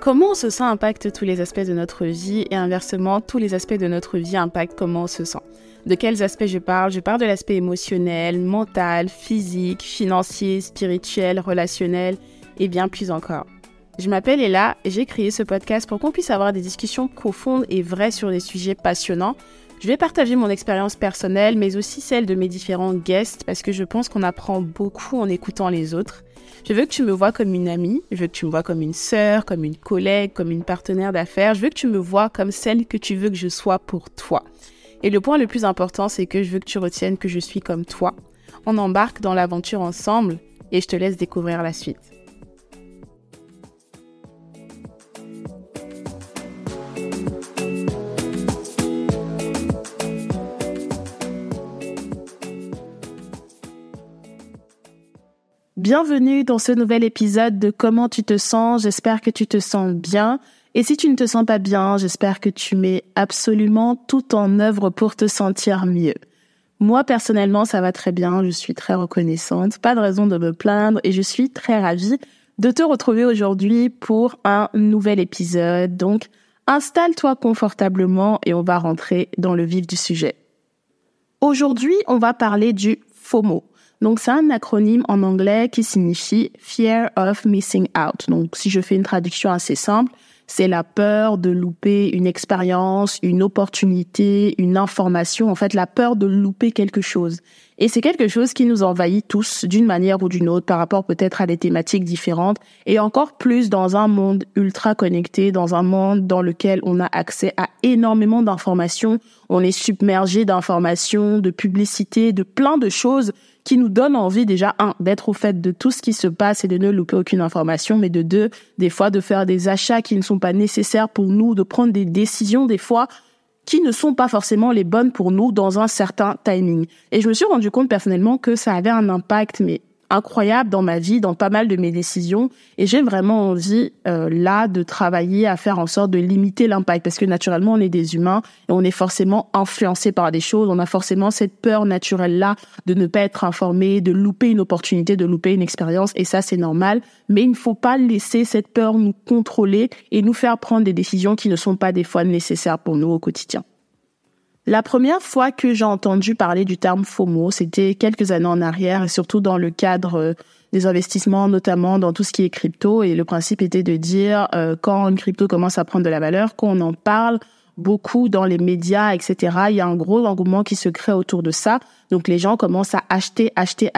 Comment on se sent impacte tous les aspects de notre vie et inversement, tous les aspects de notre vie impactent comment on se sent. De quels aspects je parle? Je parle de l'aspect émotionnel, mental, physique, financier, spirituel, relationnel et bien plus encore. Je m'appelle Ella et j'ai créé ce podcast pour qu'on puisse avoir des discussions profondes et vraies sur des sujets passionnants. Je vais partager mon expérience personnelle mais aussi celle de mes différents guests parce que je pense qu'on apprend beaucoup en écoutant les autres. Je veux que tu me vois comme une amie, je veux que tu me vois comme une sœur, comme une collègue, comme une partenaire d'affaires. Je veux que tu me vois comme celle que tu veux que je sois pour toi. Et le point le plus important, c'est que je veux que tu retiennes que je suis comme toi. On embarque dans l'aventure ensemble et je te laisse découvrir la suite. Bienvenue dans ce nouvel épisode de Comment tu te sens. J'espère que tu te sens bien. Et si tu ne te sens pas bien, j'espère que tu mets absolument tout en œuvre pour te sentir mieux. Moi, personnellement, ça va très bien. Je suis très reconnaissante. Pas de raison de me plaindre et je suis très ravie de te retrouver aujourd'hui pour un nouvel épisode. Donc, installe-toi confortablement et on va rentrer dans le vif du sujet. Aujourd'hui, on va parler du FOMO. Donc, c'est un acronyme en anglais qui signifie Fear of Missing Out. Donc, si je fais une traduction assez simple, c'est la peur de louper une expérience, une opportunité, une information. En fait, la peur de louper quelque chose. Et c'est quelque chose qui nous envahit tous d'une manière ou d'une autre par rapport peut-être à des thématiques différentes et encore plus dans un monde ultra connecté, dans un monde dans lequel on a accès à énormément d'informations. On est submergé d'informations, de publicités, de plein de choses qui nous donnent envie déjà, d'être au fait de tout ce qui se passe et de ne louper aucune information, mais de deux, des fois de faire des achats qui ne sont pas nécessaires pour nous, de prendre des décisions des fois qui ne sont pas forcément les bonnes pour nous dans un certain timing. Et je me suis rendu compte personnellement que ça avait un impact mais incroyable dans ma vie, dans pas mal de mes décisions. Et j'ai vraiment envie là de travailler à faire en sorte de limiter l'impact parce que naturellement on est des humains et on est forcément influencé par des choses. On a forcément cette peur naturelle-là de ne pas être informé, de louper une opportunité, de louper une expérience et ça c'est normal. Mais il ne faut pas laisser cette peur nous contrôler et nous faire prendre des décisions qui ne sont pas des fois nécessaires pour nous au quotidien. La première fois que j'ai entendu parler du terme FOMO, c'était quelques années en arrière et surtout dans le cadre des investissements, notamment dans tout ce qui est crypto. Et le principe était de dire quand une crypto commence à prendre de la valeur, quand on en parle beaucoup dans les médias, etc., il y a un gros engouement qui se crée autour de ça. Donc les gens commencent à acheter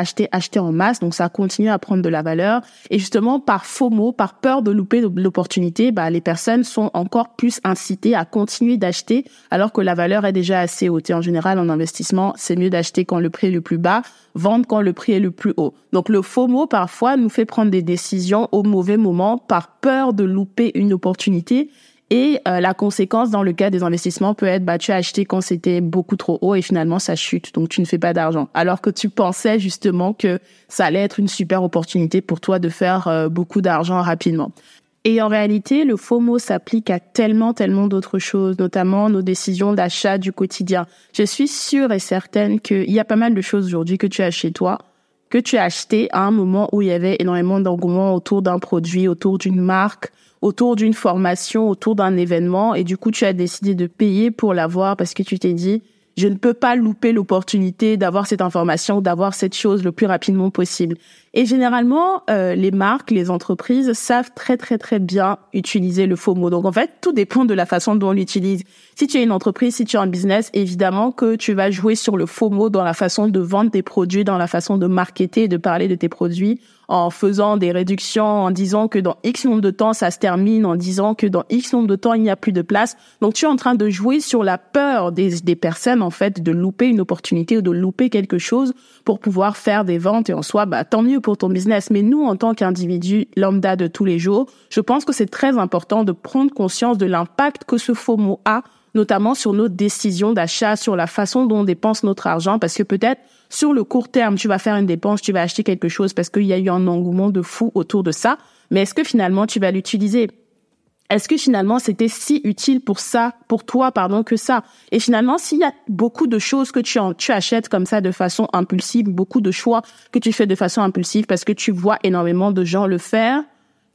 en masse. Donc ça continue à prendre de la valeur. Et justement, par FOMO, par peur de louper l'opportunité, les personnes sont encore plus incitées à continuer d'acheter alors que la valeur est déjà assez haute. Et en général, en investissement, c'est mieux d'acheter quand le prix est le plus bas, vendre quand le prix est le plus haut. Donc le FOMO, parfois, nous fait prendre des décisions au mauvais moment par peur de louper une opportunité. Et la conséquence dans le cas des investissements peut être tu as acheté quand c'était beaucoup trop haut et finalement ça chute, donc tu ne fais pas d'argent. Alors que tu pensais justement que ça allait être une super opportunité pour toi de faire beaucoup d'argent rapidement. Et en réalité, le FOMO s'applique à tellement d'autres choses, notamment nos décisions d'achat du quotidien. Je suis sûre et certaine qu'il y a pas mal de choses aujourd'hui que tu as chez toi, que tu as acheté à un moment où il y avait énormément d'engouement autour d'un produit, autour d'une marque, autour d'une formation, autour d'un événement et du coup tu as décidé de payer pour l'avoir parce que tu t'es dit je ne peux pas louper l'opportunité d'avoir cette information, d'avoir cette chose le plus rapidement possible. Et généralement, les marques, les entreprises savent très bien utiliser le FOMO. Donc en fait, tout dépend de la façon dont on l'utilise. Si tu es une entreprise, si tu es un business, évidemment que tu vas jouer sur le FOMO dans la façon de vendre tes produits, dans la façon de marketer, de parler de tes produits, en faisant des réductions, en disant que dans X nombre de temps, ça se termine, en disant que dans X nombre de temps, il n'y a plus de place. Donc, tu es en train de jouer sur la peur des personnes, en fait, de louper une opportunité ou de louper quelque chose pour pouvoir faire des ventes. Et en soi, tant mieux pour ton business. Mais nous, en tant qu'individus lambda de tous les jours, je pense que c'est très important de prendre conscience de l'impact que ce FOMO a, notamment sur nos décisions d'achat, sur la façon dont on dépense notre argent, parce que peut-être sur le court terme, tu vas faire une dépense, tu vas acheter quelque chose parce qu'il y a eu un engouement de fou autour de ça, mais est-ce que finalement tu vas l'utiliser? Est-ce que finalement c'était si utile pour toi, que ça? Et finalement, s'il y a beaucoup de choses que tu achètes comme ça de façon impulsive, beaucoup de choix que tu fais de façon impulsive parce que tu vois énormément de gens le faire,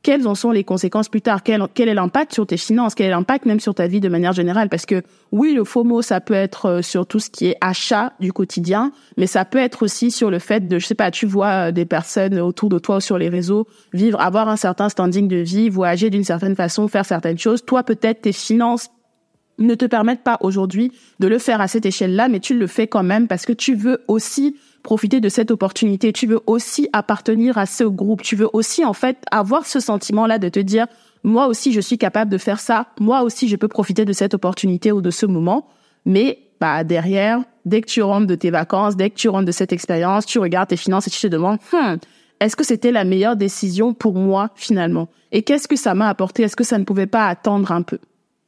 quelles en sont les conséquences plus tard? Quel est l'impact sur tes finances? Quel est l'impact même sur ta vie de manière générale? Parce que oui, le FOMO, ça peut être sur tout ce qui est achat du quotidien, mais ça peut être aussi sur le fait de, je sais pas, tu vois des personnes autour de toi ou sur les réseaux avoir un certain standing de vie, voyager d'une certaine façon, faire certaines choses. Toi, peut-être tes finances ne te permettent pas aujourd'hui de le faire à cette échelle-là, mais tu le fais quand même parce que tu veux aussi profiter de cette opportunité. Tu veux aussi appartenir à ce groupe. Tu veux aussi, en fait, avoir ce sentiment-là de te dire, moi aussi, je suis capable de faire ça. Moi aussi, je peux profiter de cette opportunité ou de ce moment. Mais, derrière, dès que tu rentres de tes vacances, dès que tu rentres de cette expérience, tu regardes tes finances et tu te demandes, est-ce que c'était la meilleure décision pour moi, finalement? Et qu'est-ce que ça m'a apporté? Est-ce que ça ne pouvait pas attendre un peu?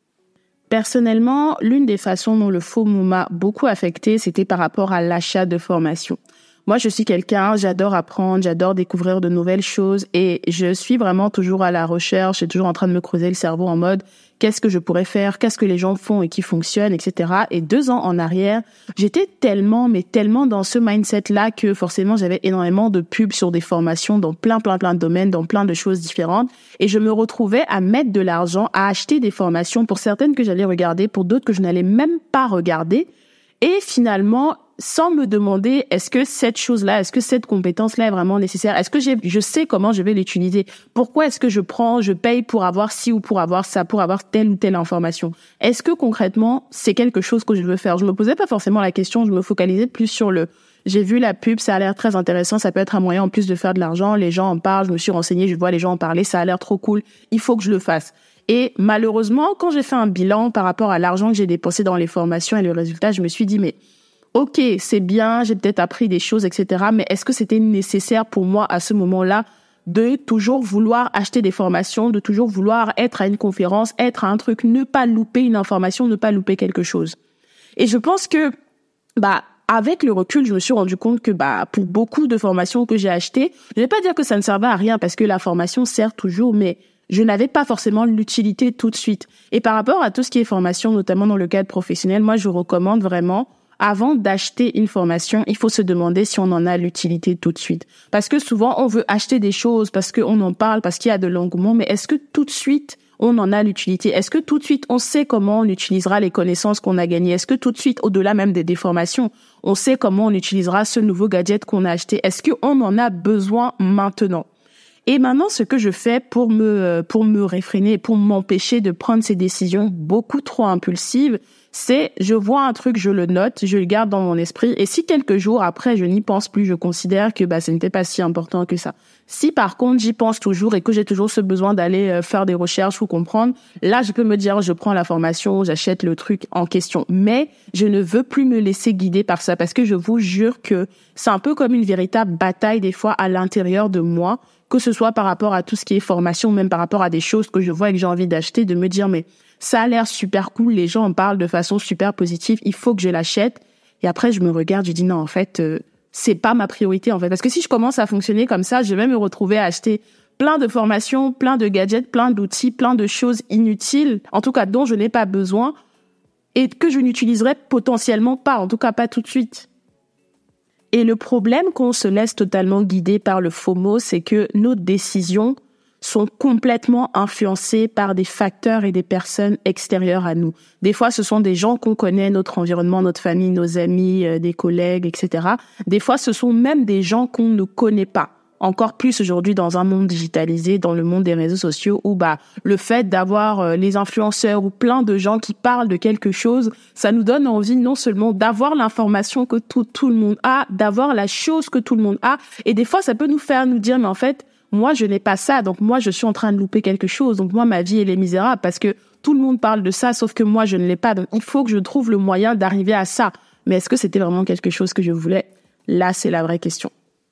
Personnellement, l'une des façons dont le FOMO m'a beaucoup affectée, c'était par rapport à l'achat de formation. Moi, je suis quelqu'un, j'adore apprendre, j'adore découvrir de nouvelles choses et je suis vraiment toujours à la recherche et toujours en train de me creuser le cerveau en mode qu'est-ce que je pourrais faire, qu'est-ce que les gens font et qui fonctionne, etc. Et 2 ans en arrière, j'étais tellement dans ce mindset-là que forcément j'avais énormément de pubs sur des formations dans plein de domaines, dans plein de choses différentes. Et je me retrouvais à mettre de l'argent, à acheter des formations pour certaines que j'allais regarder, pour d'autres que je n'allais même pas regarder. Et finalement, sans me demander est-ce que cette chose-là, est-ce que cette compétence-là est vraiment nécessaire? Est-ce que je sais comment je vais l'utiliser? Pourquoi est-ce que je paye pour avoir ci ou pour avoir ça, pour avoir telle ou telle information? Est-ce que concrètement, c'est quelque chose que je veux faire? Je me posais pas forcément la question, je me focalisais plus sur j'ai vu la pub, ça a l'air très intéressant, ça peut être un moyen en plus de faire de l'argent, les gens en parlent, je me suis renseignée, je vois les gens en parler, ça a l'air trop cool, il faut que je le fasse. Et malheureusement, quand j'ai fait un bilan par rapport à l'argent que j'ai dépensé dans les formations et le résultat, je me suis dit, mais ok, c'est bien, j'ai peut-être appris des choses, etc. Mais est-ce que c'était nécessaire pour moi à ce moment-là de toujours vouloir acheter des formations, de toujours vouloir être à une conférence, être à un truc, ne pas louper une information, ne pas louper quelque chose? Et je pense que, avec le recul, je me suis rendu compte que, pour beaucoup de formations que j'ai achetées, je vais pas dire que ça ne servait à rien parce que la formation sert toujours, mais je n'avais pas forcément l'utilité tout de suite. Et par rapport à tout ce qui est formation, notamment dans le cadre professionnel, moi, je recommande vraiment, avant d'acheter une formation, il faut se demander si on en a l'utilité tout de suite. Parce que souvent, on veut acheter des choses parce qu'on en parle, parce qu'il y a de l'engouement, mais est-ce que tout de suite, on en a l'utilité? Est-ce que tout de suite, on sait comment on utilisera les connaissances qu'on a gagnées? Est-ce que tout de suite, au-delà même des formations, on sait comment on utilisera ce nouveau gadget qu'on a acheté? Est-ce qu'on en a besoin maintenant? Et maintenant, ce que je fais pour me réfréner, pour m'empêcher de prendre ces décisions beaucoup trop impulsives, c'est je vois un truc, je le note, je le garde dans mon esprit. Et si quelques jours après, je n'y pense plus, je considère que ce n'était pas si important que ça. Si par contre, j'y pense toujours et que j'ai toujours ce besoin d'aller faire des recherches ou comprendre, là, je peux me dire, je prends la formation, j'achète le truc en question. Mais je ne veux plus me laisser guider par ça parce que je vous jure que c'est un peu comme une véritable bataille des fois à l'intérieur de moi, que ce soit par rapport à tout ce qui est formation, même par rapport à des choses que je vois et que j'ai envie d'acheter, de me dire, mais ça a l'air super cool, les gens en parlent de façon super positive, il faut que je l'achète. Et après, je me regarde, je dis non, en fait, c'est pas ma priorité, en fait. Parce que si je commence à fonctionner comme ça, je vais me retrouver à acheter plein de formations, plein de gadgets, plein d'outils, plein de choses inutiles, en tout cas dont je n'ai pas besoin, et que je n'utiliserai potentiellement pas, en tout cas pas tout de suite. Et le problème qu'on se laisse totalement guider par le FOMO, c'est que nos décisions sont complètement influencées par des facteurs et des personnes extérieures à nous. Des fois, ce sont des gens qu'on connaît, notre environnement, notre famille, nos amis, des collègues, etc. Des fois, ce sont même des gens qu'on ne connaît pas. Encore plus aujourd'hui dans un monde digitalisé, dans le monde des réseaux sociaux, où le fait d'avoir les influenceurs ou plein de gens qui parlent de quelque chose, ça nous donne envie non seulement d'avoir l'information que tout le monde a, d'avoir la chose que tout le monde a, et des fois ça peut nous faire nous dire mais en fait moi je n'ai pas ça, donc moi je suis en train de louper quelque chose, donc moi ma vie elle est misérable parce que tout le monde parle de ça sauf que moi je ne l'ai pas, donc il faut que je trouve le moyen d'arriver à ça. Mais est-ce que c'était vraiment quelque chose que je voulais? Là c'est la vraie question.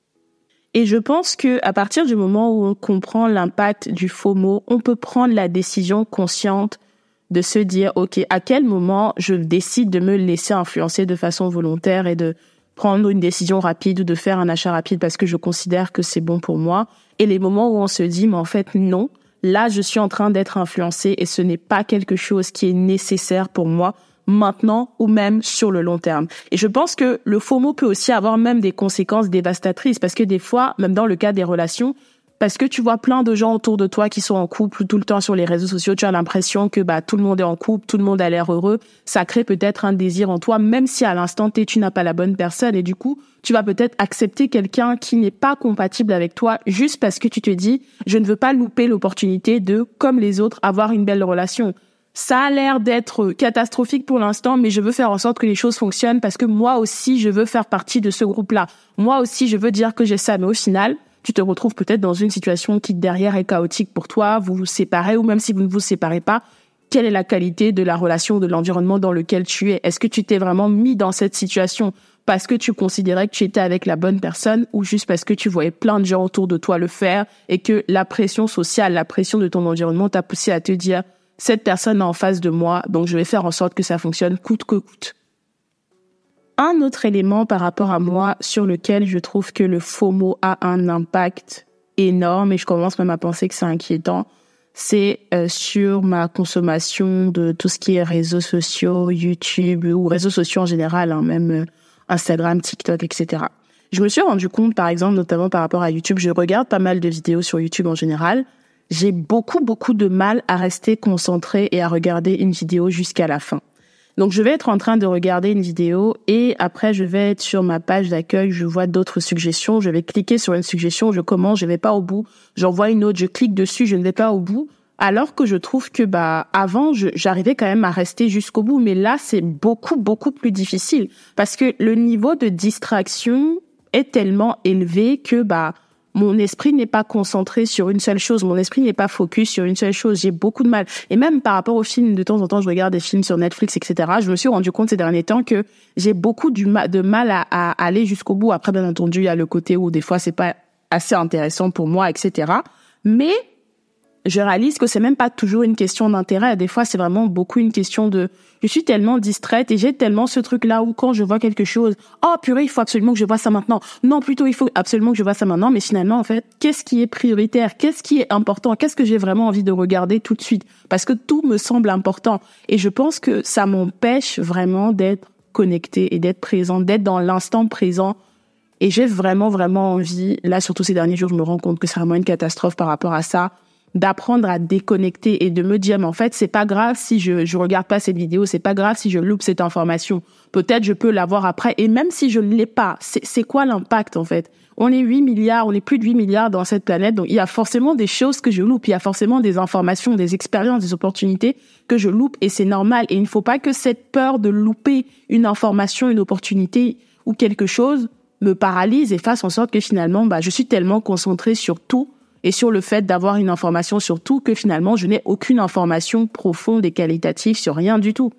Et je pense que à partir du moment où on comprend l'impact du FOMO, on peut prendre la décision consciente de se dire, OK, à quel moment je décide de me laisser influencer de façon volontaire et de prendre une décision rapide ou de faire un achat rapide parce que je considère que c'est bon pour moi. Et les moments où on se dit, mais en fait, non, là, je suis en train d'être influencée et ce n'est pas quelque chose qui est nécessaire pour moi maintenant ou même sur le long terme. Et je pense que le FOMO peut aussi avoir même des conséquences dévastatrices parce que des fois, même dans le cas des relations, parce que tu vois plein de gens autour de toi qui sont en couple tout le temps sur les réseaux sociaux, tu as l'impression que tout le monde est en couple, tout le monde a l'air heureux, ça crée peut-être un désir en toi, même si à l'instant T, tu n'as pas la bonne personne, et du coup, tu vas peut-être accepter quelqu'un qui n'est pas compatible avec toi juste parce que tu te dis, je ne veux pas louper l'opportunité de, comme les autres, avoir une belle relation. Ça a l'air d'être catastrophique pour l'instant, mais je veux faire en sorte que les choses fonctionnent parce que moi aussi, je veux faire partie de ce groupe-là. Moi aussi, je veux dire que j'ai ça, mais au final, tu te retrouves peut-être dans une situation qui derrière est chaotique pour toi, vous vous séparez, ou même si vous ne vous séparez pas, quelle est la qualité de la relation, de l'environnement dans lequel tu es? Est-ce que tu t'es vraiment mis dans cette situation parce que tu considérais que tu étais avec la bonne personne ou juste parce que tu voyais plein de gens autour de toi le faire et que la pression sociale, la pression de ton environnement t'a poussé à te dire « cette personne est en face de moi, donc je vais faire en sorte que ça fonctionne coûte que coûte ». Un autre élément par rapport à moi sur lequel je trouve que le FOMO a un impact énorme et je commence même à penser que c'est inquiétant, c'est sur ma consommation de tout ce qui est réseaux sociaux, YouTube ou réseaux sociaux en général, même Instagram, TikTok, etc. Je me suis rendu compte, par exemple, notamment par rapport à YouTube, je regarde pas mal de vidéos sur YouTube en général, j'ai beaucoup de mal à rester concentrée et à regarder une vidéo jusqu'à la fin. Donc, je vais être en train de regarder une vidéo et après, je vais être sur ma page d'accueil, je vois d'autres suggestions, je vais cliquer sur une suggestion, je commence, je vais pas au bout, j'en vois une autre, je clique dessus, je ne vais pas au bout. Alors que je trouve que, avant, j'arrivais quand même à rester jusqu'au bout, mais là, c'est beaucoup plus difficile parce que le niveau de distraction est tellement élevé que, mon esprit n'est pas concentré sur une seule chose. Mon esprit n'est pas focus sur une seule chose. J'ai beaucoup de mal. Et même par rapport aux films, de temps en temps, je regarde des films sur Netflix, etc. Je me suis rendu compte ces derniers temps que j'ai beaucoup de mal à aller jusqu'au bout. Après, bien entendu, il y a le côté où des fois, c'est pas assez intéressant pour moi, etc. Mais je réalise que c'est même pas toujours une question d'intérêt. Des fois, c'est vraiment beaucoup une question de, je suis tellement distraite et j'ai tellement ce truc-là où quand je vois quelque chose, oh purée, il faut absolument que je vois ça maintenant. Non, plutôt, il faut absolument que je vois ça maintenant. Mais finalement, en fait, qu'est-ce qui est prioritaire? Qu'est-ce qui est important? Qu'est-ce que j'ai vraiment envie de regarder tout de suite? Parce que tout me semble important. Et je pense que ça m'empêche vraiment d'être connectée et d'être présente, d'être dans l'instant présent. Et j'ai vraiment envie, là, surtout ces derniers jours, je me rends compte que c'est vraiment une catastrophe par rapport à ça, d'apprendre à déconnecter et de me dire, mais en fait, c'est pas grave si je regarde pas cette vidéo, c'est pas grave si je loupe cette information. Peut-être je peux l'avoir après. Et même si je ne l'ai pas, c'est quoi l'impact, en fait? On est 8 milliards, on est plus de 8 milliards dans cette planète. Donc, il y a forcément des choses que je loupe. Il y a forcément des informations, des expériences, des opportunités que je loupe et c'est normal. Et il ne faut pas que cette peur de louper une information, une opportunité ou quelque chose me paralyse et fasse en sorte que finalement, je suis tellement concentrée sur tout et sur le fait d'avoir une information sur tout que finalement, je n'ai aucune information profonde et qualitative sur rien du tout.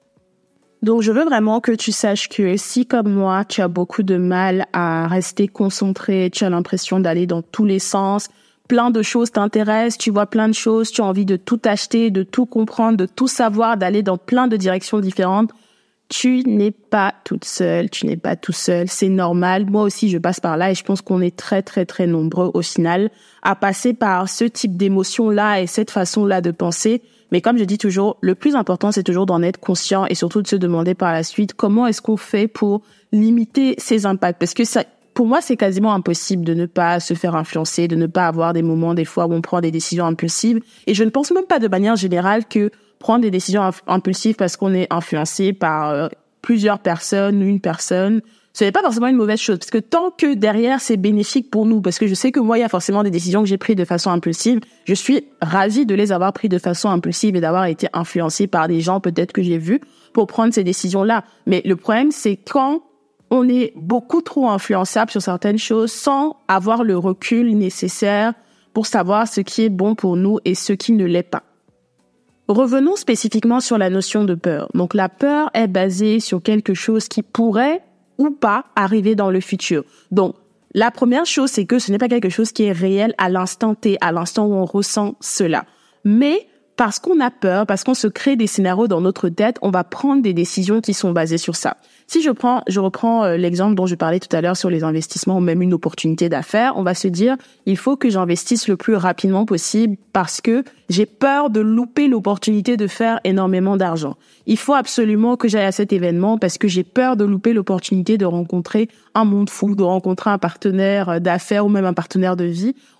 Donc, je veux vraiment que tu saches que si, comme moi, tu as beaucoup de mal à rester concentré, tu as l'impression d'aller dans tous les sens, plein de choses t'intéressent, tu vois plein de choses, tu as envie de tout acheter, de tout comprendre, de tout savoir, d'aller dans plein de directions différentes, tu n'es pas toute seule, tu n'es pas tout seul, c'est normal. Moi aussi, je passe par là et je pense qu'on est très nombreux au final à passer par ce type d'émotion-là et cette façon-là de penser. Mais comme je dis toujours, le plus important, c'est toujours d'en être conscient et surtout de se demander par la suite comment est-ce qu'on fait pour limiter ces impacts. Parce que ça, pour moi, c'est quasiment impossible de ne pas se faire influencer, de ne pas avoir des moments, des fois, où on prend des décisions impulsives. Et je ne pense même pas de manière générale que prendre des décisions impulsives parce qu'on est influencé par plusieurs personnes ou une personne, ce n'est pas forcément une mauvaise chose. Parce que tant que derrière, c'est bénéfique pour nous, parce que je sais que moi, il y a forcément des décisions que j'ai prises de façon impulsive, je suis ravie de les avoir prises de façon impulsive et d'avoir été influencée par des gens peut-être que j'ai vus pour prendre ces décisions-là. Mais le problème, c'est quand on est beaucoup trop influençable sur certaines choses sans avoir le recul nécessaire pour savoir ce qui est bon pour nous et ce qui ne l'est pas. Revenons spécifiquement sur la notion de peur. Donc la peur est basée sur quelque chose qui pourrait ou pas arriver dans le futur. Donc la première chose, c'est que ce n'est pas quelque chose qui est réel à l'instant T, à l'instant où on ressent cela. Mais parce qu'on a peur, parce qu'on se crée des scénarios dans notre tête, on va prendre des décisions qui sont basées sur ça. Si je reprends l'exemple dont je parlais tout à l'heure sur les investissements ou même une opportunité d'affaires, on va se dire, il faut que j'investisse le plus rapidement possible parce que j'ai peur de louper l'opportunité de faire énormément d'argent. Il faut absolument que j'aille à cet événement parce que j'ai peur de louper l'opportunité de rencontrer un monde fou, de rencontrer un partenaire d'affaires ou même un partenaire de vie.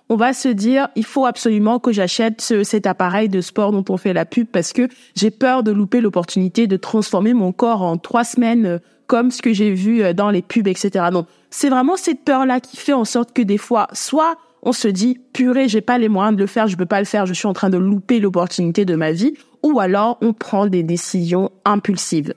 on va se dire, il faut absolument que j'achète cet appareil de sport dont on fait la pub parce que j'ai peur de louper l'opportunité de transformer mon corps en 3 semaines comme ce que j'ai vu dans les pubs, etc. Donc, c'est vraiment cette peur-là qui fait en sorte que des fois, soit on se dit, purée, j'ai pas les moyens de le faire, je peux pas le faire, je suis en train de louper l'opportunité de ma vie, ou alors on prend des décisions impulsives.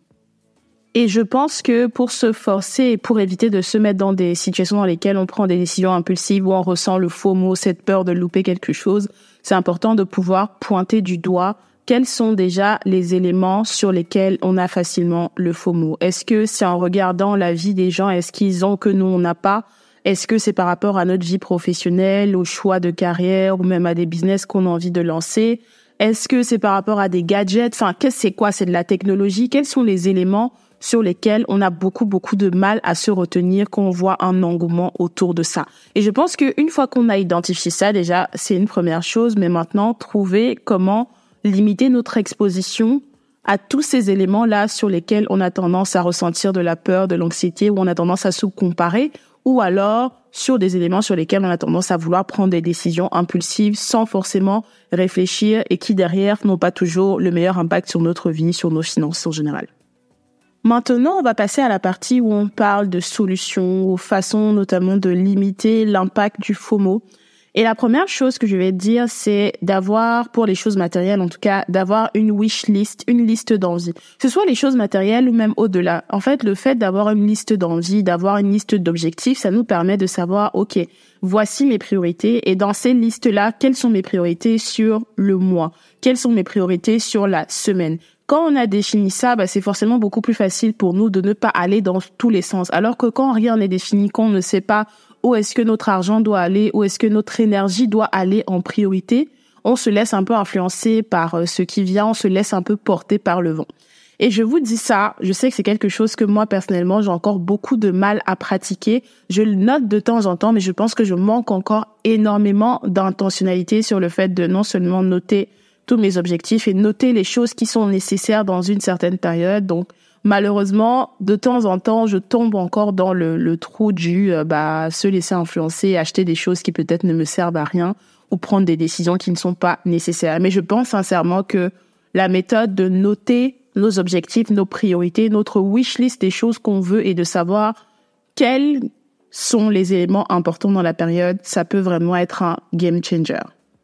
Et je pense que pour se forcer et pour éviter de se mettre dans des situations dans lesquelles on prend des décisions impulsives où on ressent le FOMO, cette peur de louper quelque chose, c'est important de pouvoir pointer du doigt quels sont déjà les éléments sur lesquels on a facilement le FOMO. Est-ce que c'est en regardant la vie des gens, est-ce qu'ils ont que nous on n'a pas? Est-ce que c'est par rapport à notre vie professionnelle, au choix de carrière ou même à des business qu'on a envie de lancer? Est-ce que c'est par rapport à des gadgets? Enfin, c'est quoi? C'est de la technologie? Quels sont les éléments sur lesquels on a beaucoup de mal à se retenir quand on voit un engouement autour de ça? Et je pense qu'une fois qu'on a identifié ça, déjà, c'est une première chose, mais maintenant, trouver comment limiter notre exposition à tous ces éléments-là sur lesquels on a tendance à ressentir de la peur, de l'anxiété, où on a tendance à se comparer, ou alors sur des éléments sur lesquels on a tendance à vouloir prendre des décisions impulsives sans forcément réfléchir et qui derrière n'ont pas toujours le meilleur impact sur notre vie, sur nos finances en général. Maintenant, on va passer à la partie où on parle de solutions, aux façons notamment de limiter l'impact du FOMO. Et la première chose que je vais te dire, c'est d'avoir, pour les choses matérielles en tout cas, d'avoir une wish list, une liste d'envies. Que ce soit les choses matérielles ou même au-delà. En fait, le fait d'avoir une liste d'envies, d'avoir une liste d'objectifs, ça nous permet de savoir, OK, voici mes priorités. Et dans ces listes-là, quelles sont mes priorités sur le mois? Quelles sont mes priorités sur la semaine? Quand on a défini ça, c'est forcément beaucoup plus facile pour nous de ne pas aller dans tous les sens. Alors que quand rien n'est défini, qu'on ne sait pas où est-ce que notre argent doit aller, où est-ce que notre énergie doit aller en priorité, on se laisse un peu influencer par ce qui vient, on se laisse un peu porter par le vent. Et je vous dis ça, je sais que c'est quelque chose que moi personnellement, j'ai encore beaucoup de mal à pratiquer. Je le note de temps en temps, mais je pense que je manque encore énormément d'intentionnalité sur le fait de non seulement noter tous mes objectifs et noter les choses qui sont nécessaires dans une certaine période. Donc, malheureusement, de temps en temps, je tombe encore dans le trou du se laisser influencer, acheter des choses qui peut-être ne me servent à rien ou prendre des décisions qui ne sont pas nécessaires. Mais je pense sincèrement que la méthode de noter nos objectifs, nos priorités, notre wish list des choses qu'on veut et de savoir quels sont les éléments importants dans la période, ça peut vraiment être un game changer.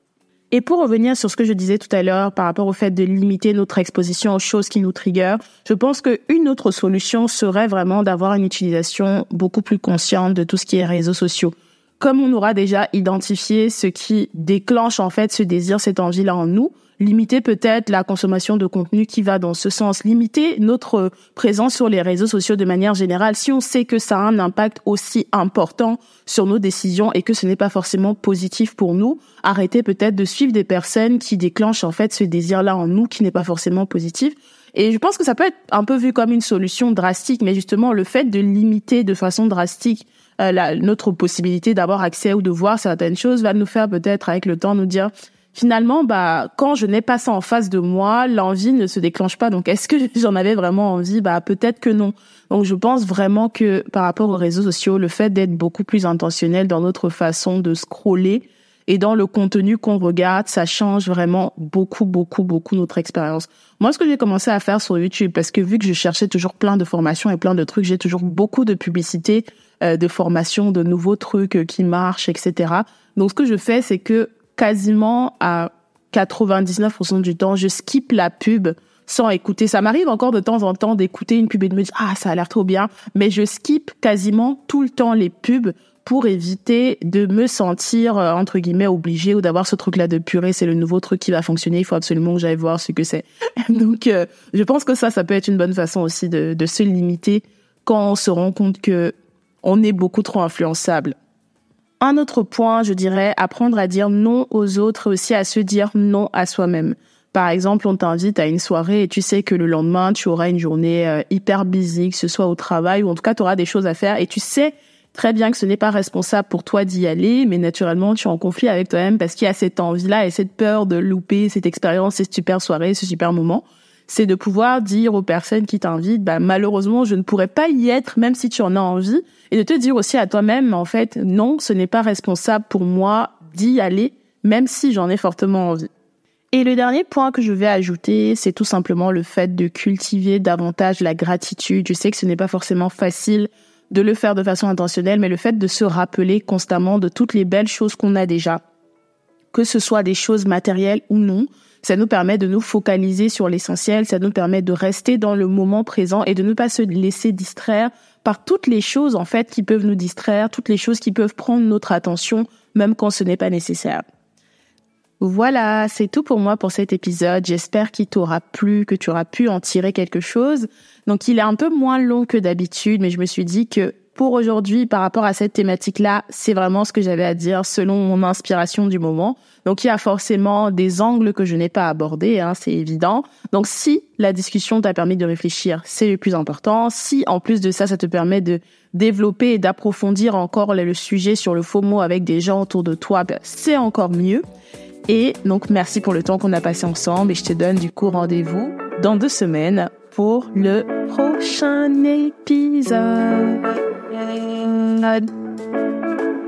Et pour revenir sur ce que je disais tout à l'heure par rapport au fait de limiter notre exposition aux choses qui nous triggerent, je pense qu'une autre solution serait vraiment d'avoir une utilisation beaucoup plus consciente de tout ce qui est réseaux sociaux. Comme on aura déjà identifié ce qui déclenche en fait ce désir, cette envie-là en nous, limiter peut-être la consommation de contenu qui va dans ce sens, limiter notre présence sur les réseaux sociaux de manière générale. Si on sait que ça a un impact aussi important sur nos décisions et que ce n'est pas forcément positif pour nous, arrêter peut-être de suivre des personnes qui déclenchent en fait ce désir-là en nous qui n'est pas forcément positif. Et je pense que ça peut être un peu vu comme une solution drastique, mais justement le fait de limiter de façon drastique notre possibilité d'avoir accès ou de voir certaines choses va nous faire peut-être avec le temps nous dire finalement, quand je n'ai pas ça en face de moi, l'envie ne se déclenche pas. Donc, est-ce que j'en avais vraiment envie? Peut-être que non. Donc, je pense vraiment que par rapport aux réseaux sociaux, le fait d'être beaucoup plus intentionnel dans notre façon de scroller et dans le contenu qu'on regarde, ça change vraiment beaucoup notre expérience. Moi, ce que j'ai commencé à faire sur YouTube, parce que vu que je cherchais toujours plein de formations et plein de trucs, j'ai toujours beaucoup de publicités, de formations, de nouveaux trucs qui marchent, etc. Donc, ce que je fais, c'est que quasiment à 99% du temps, je skip la pub sans écouter. Ça m'arrive encore de temps en temps d'écouter une pub et de me dire « Ah, ça a l'air trop bien », mais je skip quasiment tout le temps les pubs pour éviter de me sentir, entre guillemets, obligée ou d'avoir ce truc-là de purée, c'est le nouveau truc qui va fonctionner, il faut absolument que j'aille voir ce que c'est. Donc, je pense que ça peut être une bonne façon aussi de se limiter quand on se rend compte que on est beaucoup trop influençable. Un autre point, je dirais, apprendre à dire non aux autres, aussi à se dire non à soi-même. Par exemple, on t'invite à une soirée et tu sais que le lendemain, tu auras une journée hyper busy, que ce soit au travail ou en tout cas, tu auras des choses à faire et tu sais très bien que ce n'est pas responsable pour toi d'y aller, mais naturellement, tu es en conflit avec toi-même parce qu'il y a cette envie-là et cette peur de louper cette expérience, cette super soirée, ce super moment. C'est de pouvoir dire aux personnes qui t'invitent, malheureusement, je ne pourrais pas y être, même si tu en as envie, et de te dire aussi à toi-même, en fait, non, ce n'est pas responsable pour moi d'y aller, même si j'en ai fortement envie. Et le dernier point que je vais ajouter, c'est tout simplement le fait de cultiver davantage la gratitude. Je sais que ce n'est pas forcément facile de le faire de façon intentionnelle, mais le fait de se rappeler constamment de toutes les belles choses qu'on a déjà, que ce soit des choses matérielles ou non, ça nous permet de nous focaliser sur l'essentiel, ça nous permet de rester dans le moment présent et de ne pas se laisser distraire par toutes les choses en fait qui peuvent nous distraire, toutes les choses qui peuvent prendre notre attention, même quand ce n'est pas nécessaire. Voilà, c'est tout pour moi pour cet épisode. J'espère qu'il t'aura plu, que tu auras pu en tirer quelque chose. Donc, il est un peu moins long que d'habitude, mais je me suis dit que pour aujourd'hui, par rapport à cette thématique-là, c'est vraiment ce que j'avais à dire selon mon inspiration du moment. Donc, il y a forcément des angles que je n'ai pas abordés, c'est évident. Donc, si la discussion t'a permis de réfléchir, c'est le plus important. Si, en plus de ça, ça te permet de développer et d'approfondir encore le sujet sur le FOMO avec des gens autour de toi, c'est encore mieux. Et donc, merci pour le temps qu'on a passé ensemble et je te donne du coup rendez-vous dans 2 semaines pour le prochain épisode.